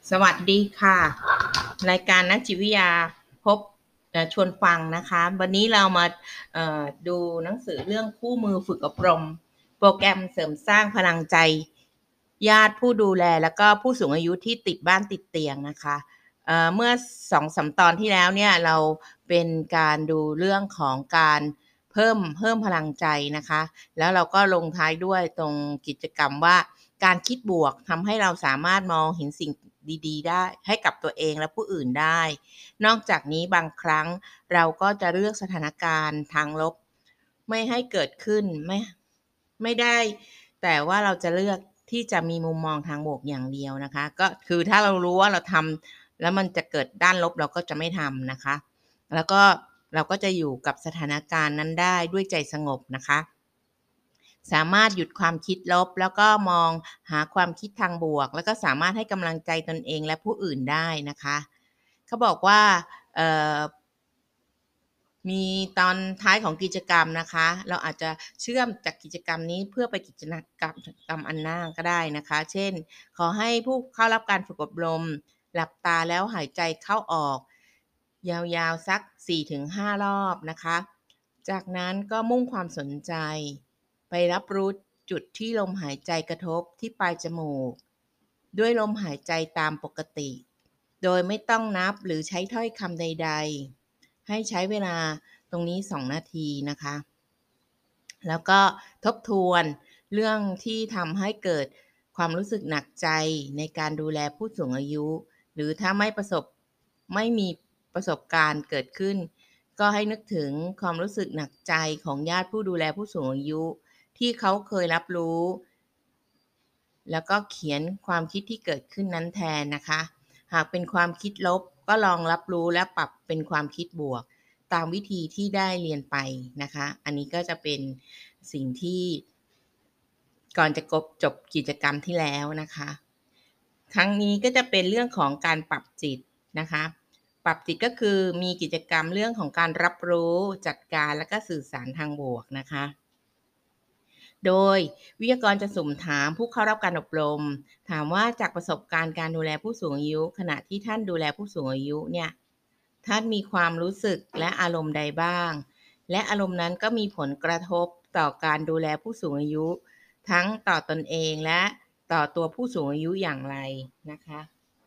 สวัสดีค่ะรายการนักจิตวิทยาพบชวนฟังนะคะวันนี้เรามาดูหนังสือเรื่องคู่มือฝึกอบรมโปรแกรมเสริมสร้างพลังใจญาติผู้ดูแลแล้วก็ผู้สูงอายุที่ติดบ้านติดเตียงนะคะเมื่อ2-3 ตอนที่แล้วเนี่ยเราเป็นการดูเรื่องของการเพิ่มพลังใจนะคะแล้วเราก็ลงท้ายด้วยตรงกิจกรรมว่าการคิดบวกทำให้เราสามารถมองเห็นสิ่งดีๆได้ให้กับตัวเองและผู้อื่นได้นอกจากนี้บางครั้งเราก็จะเลือกสถานการณ์ทางลบไม่ให้เกิดขึ้นไม่ได้แต่ว่าเราจะเลือกที่จะมีมุมมองทางบวกอย่างเดียวนะคะก็คือถ้าเรารู้ว่าเราทำแล้วมันจะเกิดด้านลบเราก็จะไม่ทำนะคะแล้วก็เราก็จะอยู่กับสถานการณ์นั้นได้ด้วยใจสงบนะคะสามารถหยุดความคิดลบแล้วก็มองหาความคิดทางบวกแล้วก็สามารถให้กำลังใจตนเองและผู้อื่นได้นะคะเขาบอกว่าเอ่อมีตอนท้ายของกิจกรรมนะคะเราอาจจะเชื่อมจากกิจกรรมนี้เพื่อไปกิจกรรมอันหน้าก็ได้นะคะเช่นขอให้ผู้เข้ารับการฝึกอบรมหลับตาแล้วหายใจเข้าออกยาวๆสัก 4-5 รอบนะคะจากนั้นก็มุ่งความสนใจไปรับรู้จุดที่ลมหายใจกระทบที่ปลายจมูกด้วยลมหายใจตามปกติโดยไม่ต้องนับหรือใช้ถ้อยคำใดๆให้ใช้เวลาตรงนี้2 นาทีนะคะแล้วก็ทบทวนเรื่องที่ทำให้เกิดความรู้สึกหนักใจในการดูแลผู้สูงอายุหรือถ้าไม่มีประสบการณ์เกิดขึ้นก็ให้นึกถึงความรู้สึกหนักใจของญาติผู้ดูแลผู้สูงอายุที่เขาเคยรับรู้แล้วก็เขียนความคิดที่เกิดขึ้นนั้นแทนนะคะหากเป็นความคิดลบก็ลองรับรู้และปรับเป็นความคิดบวกตามวิธีที่ได้เรียนไปนะคะอันนี้ก็จะเป็นสิ่งที่ก่อนจะจบกิจกรรมที่แล้วนะคะครั้งนี้ก็จะเป็นเรื่องของการปรับจิตนะคะปรับจิตก็คือมีกิจกรรมเรื่องของการรับรู้จัดการและก็สื่อสารทางบวกนะคะโดยวิทยากรจะสุ่มถามผู้เข้ารับการอบรมถามว่าจากประสบการณ์การดูแลผู้สูงอายุขณะที่ท่านดูแลผู้สูงอายุเนี่ยท่านมีความรู้สึกและอารมณ์ใดบ้างและอารมณ์นั้นก็มีผลกระทบต่อการดูแลผู้สูงอายุทั้งต่อตนเองและต่อตัวผู้สูงอายุอย่างไรนะคะ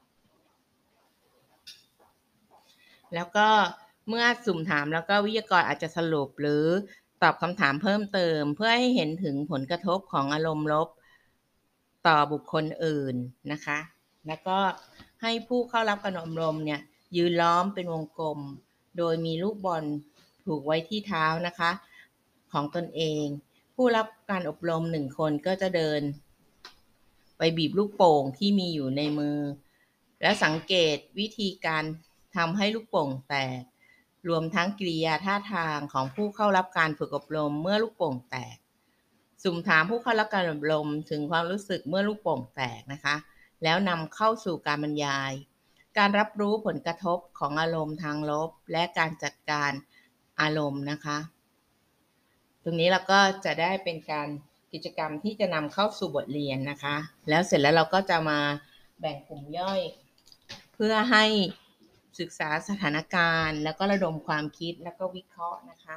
แล้วก็เมื่อสุ่มถามแล้วก็วิทยากรอาจจะสรุปหรือตอบคำถามเพิ่มเติมเพื่อให้เห็นถึงผลกระทบของอารมณ์ลบต่อบุคคลอื่นนะคะแล้วก็ให้ผู้เข้ารับการอบรมเนี่ยยืนล้อมเป็นวงกลมโดยมีลูกบอลผูกไว้ที่เท้านะคะของตนเองผู้รับการอบรม1 คนก็จะเดินไปบีบลูกโป่งที่มีอยู่ในมือและสังเกตวิธีการทำให้ลูกโป่งแตกรวมทั้งกิริยาท่าทางของผู้เข้ารับการฝึกอบรมเมื่อลูกโป่งแตกสุ่มถามผู้เข้ารับการอบรมถึงความรู้สึกเมื่อลูกโป่งแตกนะคะแล้วนำเข้าสู่การบรรยายการรับรู้ผลกระทบของอารมณ์ทางลบและการจัดการอารมณ์นะคะตรงนี้เราก็จะได้เป็นการกิจกรรมที่จะนำเข้าสู่บทเรียนนะคะแล้วเสร็จแล้วเราก็จะมาแบ่งกลุ่มย่อยเพื่อให้ศึกษาสถานการณ์แล้วก็ระดมความคิดแล้วก็วิเคราะห์นะคะ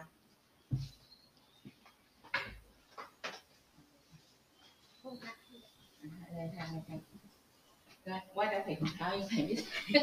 ว่าจะใส่ถุงเท้ายังไงไม่ใส่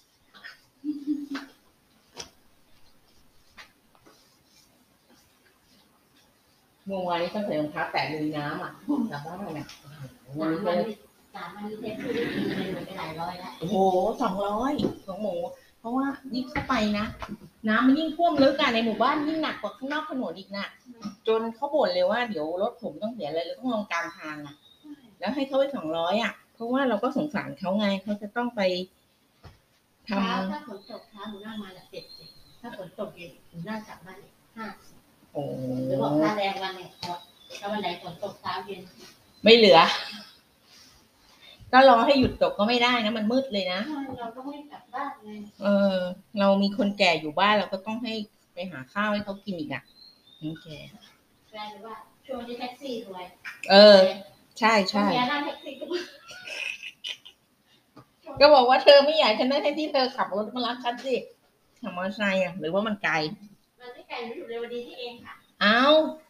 เมื่อวานนี้ต้องใส่รองเท้าแตะลุยน้ำอ่ะกลับบ้านอ่ะ 3 วันนี้เทปคือเป็นหมดไปหลายร้อยแล้วโอ้โห200ของหมูเพราะว่ายิ่งเข้าไปนะน้ำมันยิ่งท่วมลึกอะในหมู่บ้านยิ่งหนักกว่าข้างนอกถนนอีกนะจนเขาบ่นเลยว่าเดี๋ยวรถผมต้องเสียอะไรเลยต้องลงกลางทางอะแล้วให้เขาไป200อ่ะเพราะว่าเราก็สงสารเขาไงเขาจะต้องไปทำถ้าฝนตกเช้าหนูนั่งมาละ70ถ้าฝนตกเย็นหนูนั่งกลับบ้าน50 โอ้หรือบอกค่าแรงวันเนี่ยถ้าวันไหนฝนตกเช้าเย็นไม่เหลือก็รอให้หยุดตกก็ไม่ได้นะมันมืดเลยนะเราต้องไม่กลับบ้านไงเรามีคนแก่อยู่บ้านเราก็ต้องให้ไปหาข้าวให้เขากินอีกอ่ะคนแก่แฟนหรือว่าช่วงที่แท็กซี่รวยใช่ใช่เมียนั่งแท็กซี่ก็ก็บอกว่าเธอไม่อยากฉันนั่งแท็กซี่เธอขับรถมารับฉันสิขับมอเตอร์ไซค์หรือว่ามันไกลมันไม่ไกลอยู่เรวดีที่เองค่ะเอา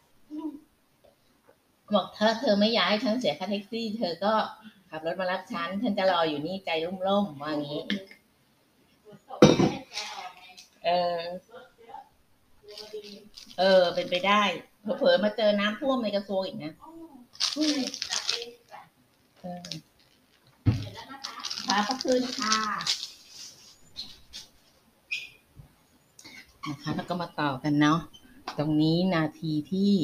บอกเธอไม่อยากให้ฉันเสียค่าแท็กซี่เธอก็ขับรถมารับฉันจะรออยู่นี่ใจร่มๆว่างี้เออเป็นไปได้เผลอๆมาเจอน้ำท่วมในกระทรวงอีกนะขอบพระคุณค่ะนะคะแล้วก็มาต่อกันเนาะตรงนี้นาทีที่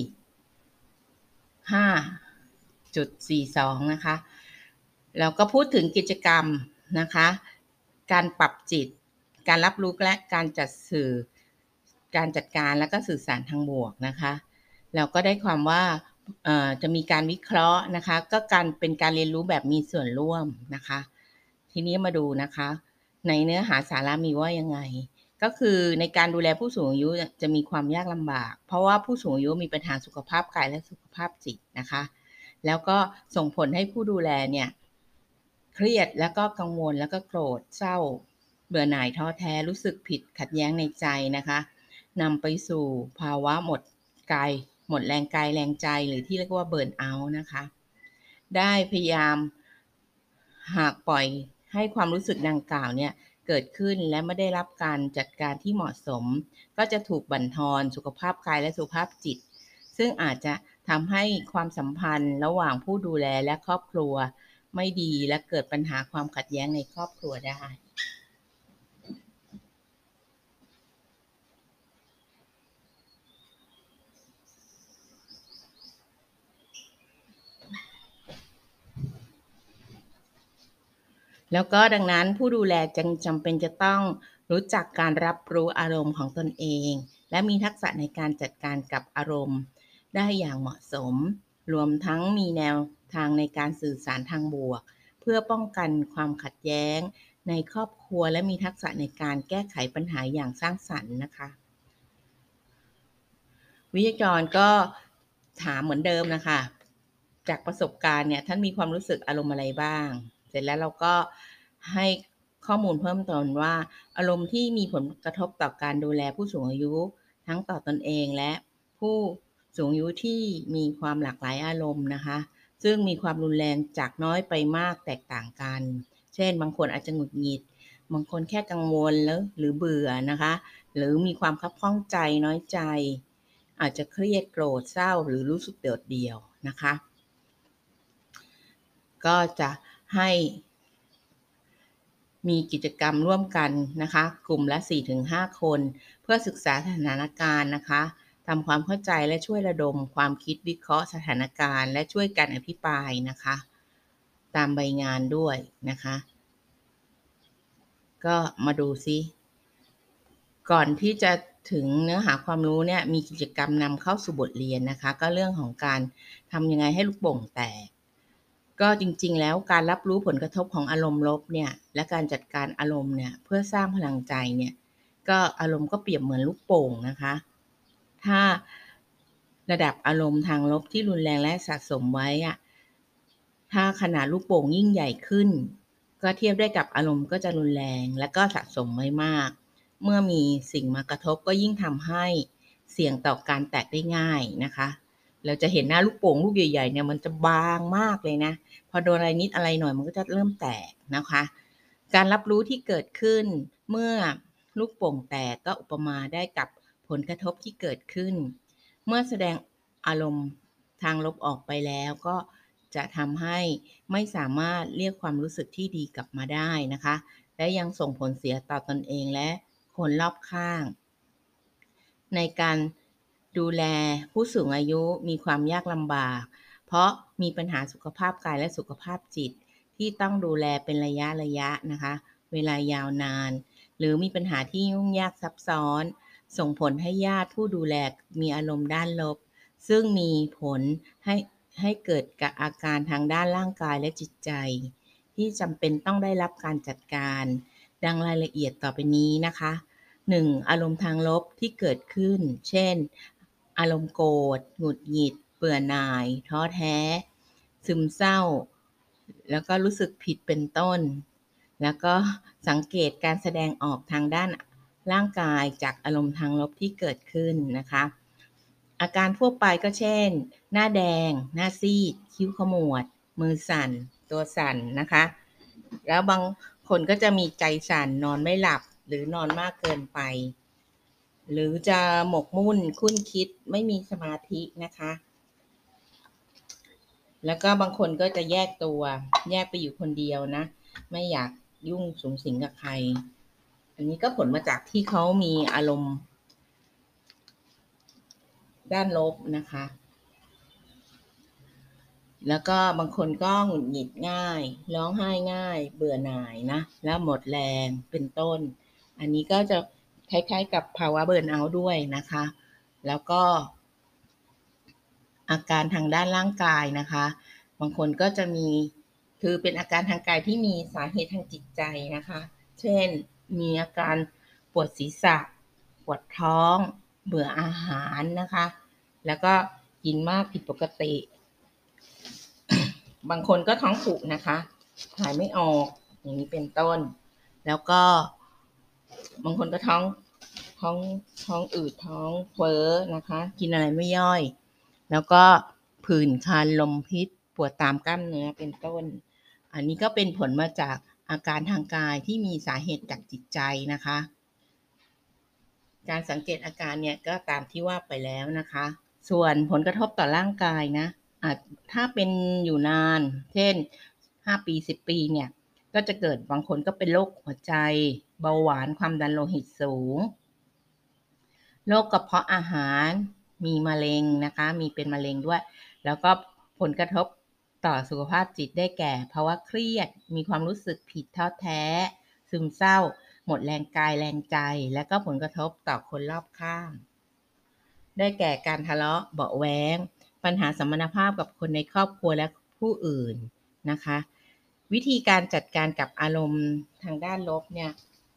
5.42นะคะแล้วก็พูดถึงกิจกรรมนะคะการปรับจิตการรับรู้และการจัดสื่อการจัดการและก็สื่อสารทางบวกนะคะแล้วก็ได้ความว่าจะมีการวิเคราะห์นะคะก็เป็นการเรียนรู้แบบมีส่วนร่วมนะคะทีนี้มาดูนะคะในเนื้อหาสาระมีว่ายังไงก็คือในการดูแลผู้สูงอายุจะมีความยากลำบากเพราะว่าผู้สูงอายุมีปัญหาสุขภาพกายและสุขภาพจิตนะคะแล้วก็ส่งผลให้ผู้ดูแลเนี่ยเครียดแล้วก็กังวลแล้วก็โกรธเศร้าเบื่อหน่ายท้อแท้รู้สึกผิดขัดแย้งในใจนะคะนำไปสู่ภาวะหมดแรงกายแรงใจหรือที่เรียกว่าเบิร์นเอาท์นะคะได้พยายามหากปล่อยให้ความรู้สึกดังกล่าวเนี่ยเกิดขึ้นและไม่ได้รับการจัดการที่เหมาะสมก็จะถูกบั่นทอนสุขภาพกายและสุขภาพจิตซึ่งอาจจะทำให้ความสัมพันธ์ระหว่างผู้ดูแลและครอบครัวไม่ดีและเกิดปัญหาความขัดแย้งในครอบครัวได้แล้วก็ดังนั้นผู้ดูแลจึงจำเป็นจะต้องรู้จักการรับรู้อารมณ์ของตนเองและมีทักษะในการจัดการกับอารมณ์ได้อย่างเหมาะสมรวมทั้งมีแนวทางในการสื่อสารทางบวกเพื่อป้องกันความขัดแย้งในครอบครัวและมีทักษะในการแก้ไขปัญหาอย่างสร้างสรรค์นะคะวิทยากรก็ถามเหมือนเดิมนะคะจากประสบการณ์เนี่ยท่านมีความรู้สึกอารมณ์อะไรบ้างเสร็จแล้วเราก็ให้ข้อมูลเพิ่มเติมว่าอารมณ์ที่มีผลกระทบต่อการดูแลผู้สูงอายุทั้งต่อตนเองและผู้สูงอายุที่มีความหลากหลายอารมณ์นะคะซึ่งมีความรุนแรงจากน้อยไปมากแตกต่างกันเช่นบางคนอาจจะหงุดหงิดบางคนแค่กังวลหรือเบื่อนะคะหรือมีความคับข้องใจน้อยใจอาจจะเครียดโกรธเศร้าหรือรู้สึกโดดเดี่ยวนะคะก็จะให้มีกิจกรรมร่วมกันนะคะกลุ่มละ 4-5 คนเพื่อศึกษาสถานการณ์นะคะทำความเข้าใจและช่วยระดมความคิดวิเคราะห์สถานการณ์และช่วยกันอภิปรายนะคะตามใบงานด้วยนะคะก็มาดูซิก่อนที่จะถึงเนื้อหาความรู้เนี่ยมีกิจกรรมนำเข้าสู่บทเรียนนะคะก็เรื่องของการทำยังไงให้ลูกโป่งแตกก็จริงๆแล้วการรับรู้ผลกระทบของอารมณ์ลบเนี่ยและการจัดการอารมณ์เนี่ยเพื่อสร้างพลังใจเนี่ยก็อารมณ์ก็เปรียบเหมือนลูกโป่งนะคะถ้าระดับอารมณ์ทางลบที่รุนแรงและสะสมไว้อะถ้าขนาดลูกโป่งยิ่งใหญ่ขึ้นก็เทียบได้กับอารมณ์ก็จะรุนแรงและก็สะสมไว้มากเมื่อมีสิ่งมากระทบก็ยิ่งทำให้เสี่ยงต่อการแตกได้ง่ายนะคะเราจะเห็นหน้าลูกโป่งลูกใหญ่ๆเนี่ยมันจะบางมากเลยนะพอโดนอะไรนิดอะไรหน่อยมันก็จะเริ่มแตกนะคะการรับรู้ที่เกิดขึ้นเมื่อลูกโป่งแตกก็อุปมาได้กับผลกระทบที่เกิดขึ้นเมื่อแสดงอารมณ์ทางลบออกไปแล้วก็จะทำให้ไม่สามารถเรียกความรู้สึกที่ดีกลับมาได้นะคะและยังส่งผลเสียต่อตนเองและคนรอบข้างในการดูแลผู้สูงอายุมีความยากลำบากเพราะมีปัญหาสุขภาพกายและสุขภาพจิตที่ต้องดูแลเป็นระยะนะคะเวลายาวนานหรือมีปัญหาที่ยุ่งยากซับซ้อนส่งผลให้ญาติผู้ดูแลมีอารมณ์ด้านลบซึ่งมีผลให้เกิดกับอาการทางด้านร่างกายและจิตใจที่จำเป็นต้องได้รับการจัดการดังรายละเอียดต่อไปนี้นะคะ 1. อารมณ์ทางลบที่เกิดขึ้นเช่นอารมณ์โกรธหงุดหงิดเบื่อหน่ายท้อแท้ซึมเศร้าแล้วก็รู้สึกผิดเป็นต้นแล้วก็สังเกตการแสดงออกทางด้านร่างกายจากอารมณ์ทางลบที่เกิดขึ้นนะคะอาการทั่วไปก็เช่นหน้าแดงหน้าซีดคิ้วขมวดมือสั่นตัวสั่นนะคะแล้วบางคนก็จะมีใจสั่นนอนไม่หลับหรือนอนมากเกินไปหรือจะหมกมุ่นคุ้นคิดไม่มีสมาธินะคะแล้วก็บางคนก็จะแยกตัวแยกไปอยู่คนเดียวนะไม่อยากยุ่งสุงสิงกับใครอันนี้ก็ผลมาจากที่เขามีอารมณ์ด้านลบนะคะแล้วก็บางคนก็หงุดหงิดง่ายร้องไห้ง่ายเบื่อหน่ายนะแล้วหมดแรงเป็นต้นอันนี้ก็จะคล้ายๆกับภาวะเบิร์นเอาท์ด้วยนะคะแล้วก็อาการทางด้านร่างกายนะคะบางคนก็จะมีคือเป็นอาการทางกายที่มีสาเหตุทางจิตใจนะคะเช่นมีอาการปวดศีรษะปวดท้องเบื่ออาหารนะคะแล้วก็กินมากผิดปกติบางคนก็ท้องผูกนะคะถ่ายไม่ออกอย่างนี้เป็นต้นแล้วก็บางคนก็ท้องอืดท้องเฟ้อนะคะกินอะไรไม่ย่อยแล้วก็ผื่นคันลมพิษปวดตามกล้ามเนื้อเป็นต้นอันนี้ก็เป็นผลมาจากอาการทางกายที่มีสาเหตุจากจิตใจนะคะการสังเกตอาการเนี่ยก็ตามที่ว่าไปแล้วนะคะส่วนผลกระทบต่อร่างกายนะถ้าเป็นอยู่นานเช่น5 ปี10 ปีเนี่ยก็จะเกิดบางคนก็เป็นโรคหัวใจเบาหวานความดันโลหิตสูงโรคกระเพาะอาหารมีมะเร็งนะคะมีเป็นมะเร็งด้วยแล้วก็ผลกระทบต่อสุขภาพจิตได้แก่ภาวะเครียดมีความรู้สึกผิดท้อแท้ซึมเศร้าหมดแรงกายแรงใจและก็ผลกระทบต่อคนรอบข้างได้แก่การทะเลาะเบาะแว้งปัญหาสัมพันธภาพกับคนในครอบครัวและผู้อื่นนะคะวิธีการจัดการกับอารมณ์ทางด้านลบเนี่ย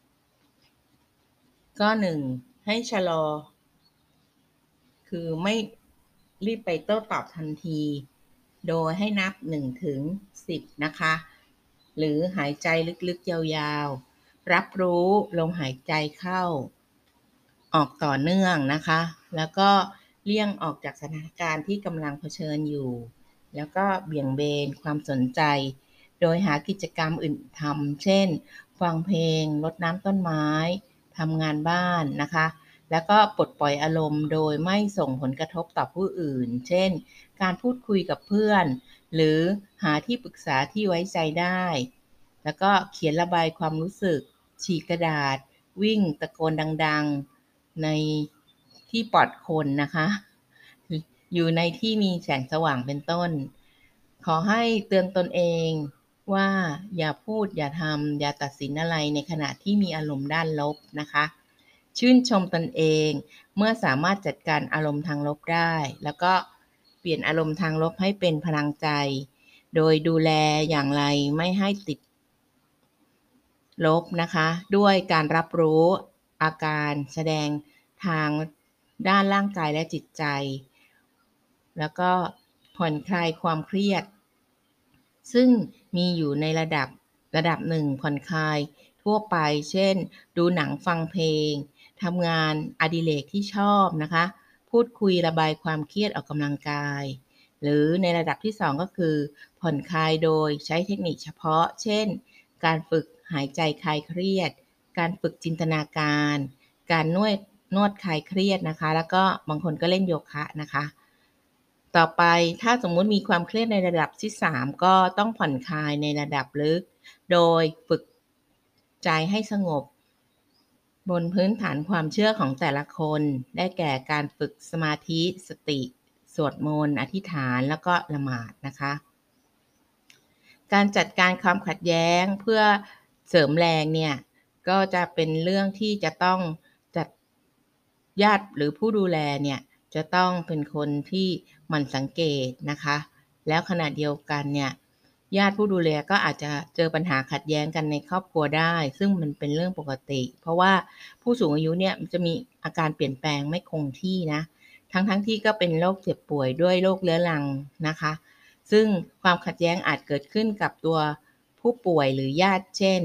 ก็1ให้ชะลอคือไม่รีบไปโต้ตอบทันทีโดยให้นับ1 ถึง 10นะคะหรือหายใจลึกๆยาวๆรับรู้ลมหายใจเข้าออกต่อเนื่องนะคะแล้วก็เลี่ยงออกจากสถานการณ์ที่กำลังเผชิญอยู่แล้วก็เบี่ยงเบนความสนใจโดยหากิจกรรมอื่นทำเช่นฟังเพลงรดน้ำต้นไม้ทำงานบ้านนะคะแล้วก็ปลดปล่อยอารมณ์โดยไม่ส่งผลกระทบต่อผู้อื่นเช่นการพูดคุยกับเพื่อนหรือหาที่ปรึกษาที่ไว้ใจได้แล้วก็เขียนระบายความรู้สึกฉีกกระดาษวิ่งตะโกนดังๆในที่ปลอดคนนะคะอยู่ในที่มีแสงสว่างเป็นต้นขอให้เตือนตนเองว่าอย่าพูดอย่าทำอย่าตัดสินอะไรในขณะที่มีอารมณ์ด้านลบนะคะชื่นชมตนเองเมื่อสามารถจัดการอารมณ์ทางลบได้แล้วก็เปลี่ยนอารมณ์ทางลบให้เป็นพลังใจโดยดูแลอย่างไรไม่ให้ติดลบนะคะด้วยการรับรู้อาการแสดงทางด้านร่างกายและจิตใจแล้วก็ผ่อนคลายความเครียดซึ่งมีอยู่ในระดับหนึ่งผ่อนคลายทั่วไปเช่นดูหนังฟังเพลงทำงานอดิเรกที่ชอบนะคะพูดคุยระบายความเครียดออกกำลังกายหรือในระดับที่2ก็คือผ่อนคลายโดยใช้เทคนิคเฉพาะเช่นการฝึกหายใจคลายเครียดการฝึกจินตนาการการนวดคลายเครียดนะคะแล้วก็บางคนก็เล่นโยคะนะคะต่อไปถ้าสมมุติมีความเครียดในระดับที่3ก็ต้องผ่อนคลายในระดับลึกโดยฝึกใจให้สงบบนพื้นฐานความเชื่อของแต่ละคนได้แก่การฝึกสมาธิสติสวดมนต์อธิษฐานแล้วก็ละหมาดนะคะการจัดการความขัดแย้งเพื่อเสริมแรงเนี่ยก็จะเป็นเรื่องที่จะต้องจัดญาติหรือผู้ดูแลเนี่ยจะต้องเป็นคนที่หมั่นสังเกตนะคะแล้วขณะเดียวกันเนี่ยญาติผู้ดูแลก็อาจจะเจอปัญหาขัดแย้งกันในครอบครัวได้ซึ่งมันเป็นเรื่องปกติเพราะว่าผู้สูงอายุเนี่ยจะมีอาการเปลี่ยนแปลงไม่คงที่นะทั้งที่ก็เป็นโรคเจ็บป่วยด้วยโรคเรื้อรังนะคะซึ่งความขัดแย้งอาจเกิดขึ้นกับตัวผู้ป่วยหรือญาติเช่น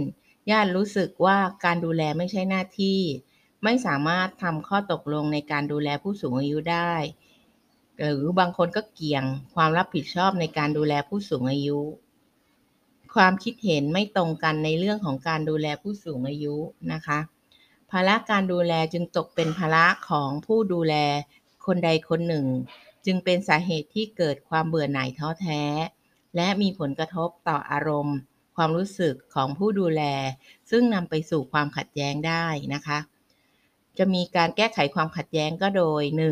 ญาติรู้สึกว่าการดูแลไม่ใช่หน้าที่ไม่สามารถทำข้อตกลงในการดูแลผู้สูงอายุได้หรือบางคนก็เกี่ยงความรับผิดชอบในการดูแลผู้สูงอายุความคิดเห็นไม่ตรงกันในเรื่องของการดูแลผู้สูงอายุนะคะภาระการดูแลจึงตกเป็นภาระของผู้ดูแลคนใดคนหนึ่งจึงเป็นสาเหตุที่เกิดความเบื่อหน่ายท้อแท้และมีผลกระทบต่ออารมณ์ความรู้สึกของผู้ดูแลซึ่งนำไปสู่ความขัดแย้งได้นะคะจะมีการแก้ไขความขัดแย้งก็โดย 1.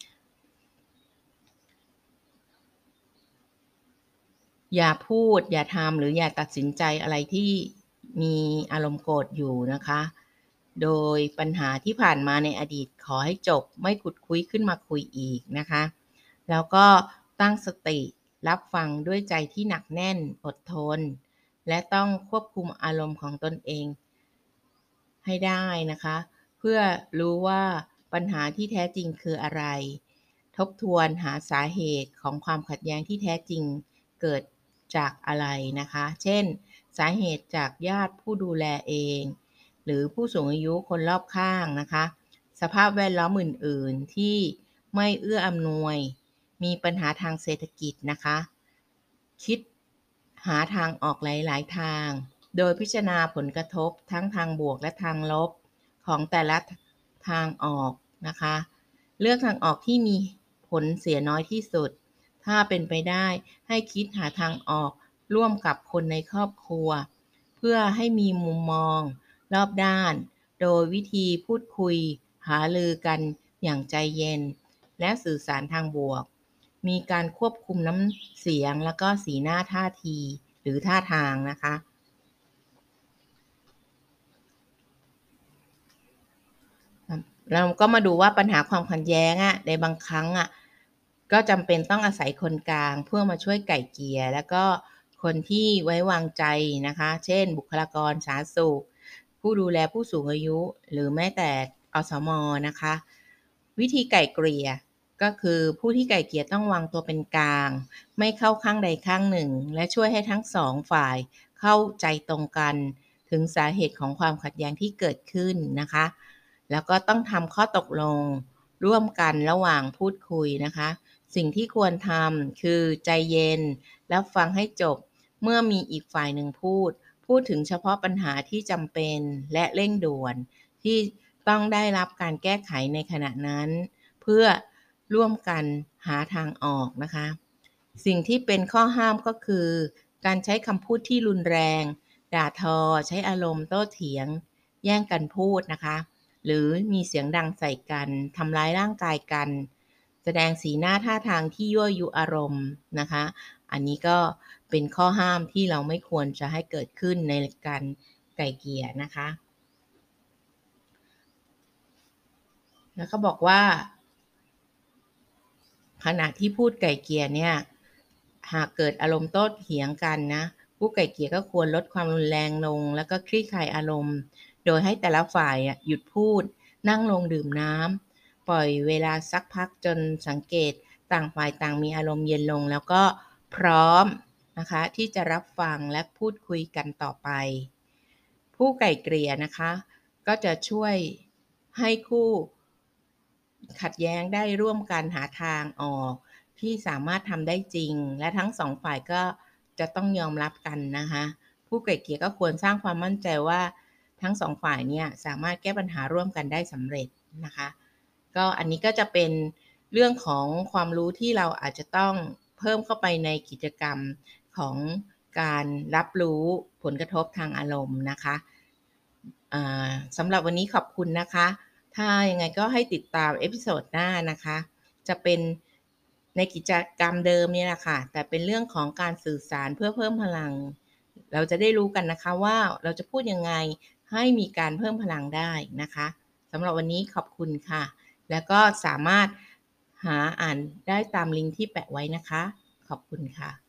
อย่าพูดอย่าทำหรืออย่าตัดสินใจอะไรที่มีอารมณ์โกรธอยู่นะคะโดยปัญหาที่ผ่านมาในอดีตขอให้จบไม่ขุดคุยขึ้นมาคุยอีกนะคะแล้วก็ตั้งสติรับฟังด้วยใจที่หนักแน่นอดทนและต้องควบคุมอารมณ์ของตนเองให้ได้นะคะเพื่อรู้ว่าปัญหาที่แท้จริงคืออะไรทบทวนหาสาเหตุของความขัดแย้งที่แท้จริงเกิดจากอะไรนะคะเช่นสาเหตุจากญาติผู้ดูแลเองหรือผู้สูงอายุคนรอบข้างนะคะสภาพแวดล้อมอื่นๆที่ไม่เอื้ออำนวยมีปัญหาทางเศรษฐกิจนะคะคิดหาทางออกหลายๆทางโดยพิจารณาผลกระทบทั้งทางบวกและทางลบของแต่ละทางออกนะคะเลือกทางออกที่มีผลเสียน้อยที่สุดถ้าเป็นไปได้ให้คิดหาทางออกร่วมกับคนในครอบครัวเพื่อให้มีมุมมองรอบด้านโดยวิธีพูดคุยหารือกันอย่างใจเย็นและสื่อสารทางบวกมีการควบคุมน้ำเสียงแล้วก็สีหน้าท่าทีหรือท่าทางนะคะเราก็มาดูว่าปัญหาความขัดแย้งในบางครั้งก็จำเป็นต้องอาศัยคนกลางเพื่อมาช่วยไกล่เกลี่ยแล้วก็คนที่ไว้วางใจนะคะเช่นบุคลากรสาธารณสุขผู้ดูแลผู้สูงอายุหรือแม้แต่อสม.นะคะวิธีไกล่เกลี่ยก็คือผู้ที่ไกล่เกลี่ยต้องวางตัวเป็นกลางไม่เข้าข้างใดข้างหนึ่งและช่วยให้ทั้งสองฝ่ายเข้าใจตรงกันถึงสาเหตุของความขัดแย้งที่เกิดขึ้นนะคะแล้วก็ต้องทำข้อตกลงร่วมกันระหว่างพูดคุยนะคะสิ่งที่ควรทำคือใจเย็นแล้วฟังให้จบเมื่อมีอีกฝ่ายหนึ่งพูดถึงเฉพาะปัญหาที่จำเป็นและเร่งด่วนที่ต้องได้รับการแก้ไขในขณะนั้นเพื่อร่วมกันหาทางออกนะคะสิ่งที่เป็นข้อห้ามก็คือการใช้คำพูดที่รุนแรงด่าทอใช้อารมณ์โต้เถียงแย่งกันพูดนะคะหรือมีเสียงดังใส่กันทำร้ายร่างกายกันแสดงสีหน้าท่าทางที่ยั่วยุอารมณ์นะคะอันนี้ก็เป็นข้อห้ามที่เราไม่ควรจะให้เกิดขึ้นในการไกล่เกลี่ยนะคะแล้วก็บอกว่าขณะที่พูดไกล่เกลี่ยเนี่ยหากเกิดอารมณ์โต้เถียงกันนะผู้ไกล่เกลี่ยก็ควรลดความรุนแรงลงแล้วก็คลี่คลายอารมณ์โดยให้แต่ละฝ่ายหยุดพูดนั่งลงดื่มน้ำปล่อยเวลาสักพักจนสังเกตต่างฝ่ายต่างมีอารมณ์เย็นลงแล้วก็พร้อมนะคะที่จะรับฟังและพูดคุยกันต่อไปผู้ไกล่เกลี่ยนะคะก็จะช่วยให้คู่ขัดแย้งได้ร่วมกันหาทางออกที่สามารถทำได้จริงและทั้งสองฝ่ายก็จะต้องยอมรับกันนะคะผู้ไกล่เกลี่ยก็ควรสร้างความมั่นใจว่าทั้งสองฝ่ายเนี่ยสามารถแก้ปัญหาร่วมกันได้สำเร็จนะคะก็อันนี้ก็จะเป็นเรื่องของความรู้ที่เราอาจจะต้องเพิ่มเข้าไปในกิจกรรมของการรับรู้ผลกระทบทางอารมณ์นะคะสำหรับวันนี้ขอบคุณนะคะถ้ายังไงก็ให้ติดตามเอพิโซดหน้านะคะจะเป็นในกิจกรรมเดิมนี่แหละค่ะแต่เป็นเรื่องของการสื่อสารเพื่อเพิ่มพลังเราจะได้รู้กันนะคะว่าเราจะพูดยังไงให้มีการเพิ่มพลังได้นะคะสำหรับวันนี้ขอบคุณค่ะแล้วก็สามารถหาอ่านได้ตามลิงก์ที่แปะไว้นะคะขอบคุณค่ะ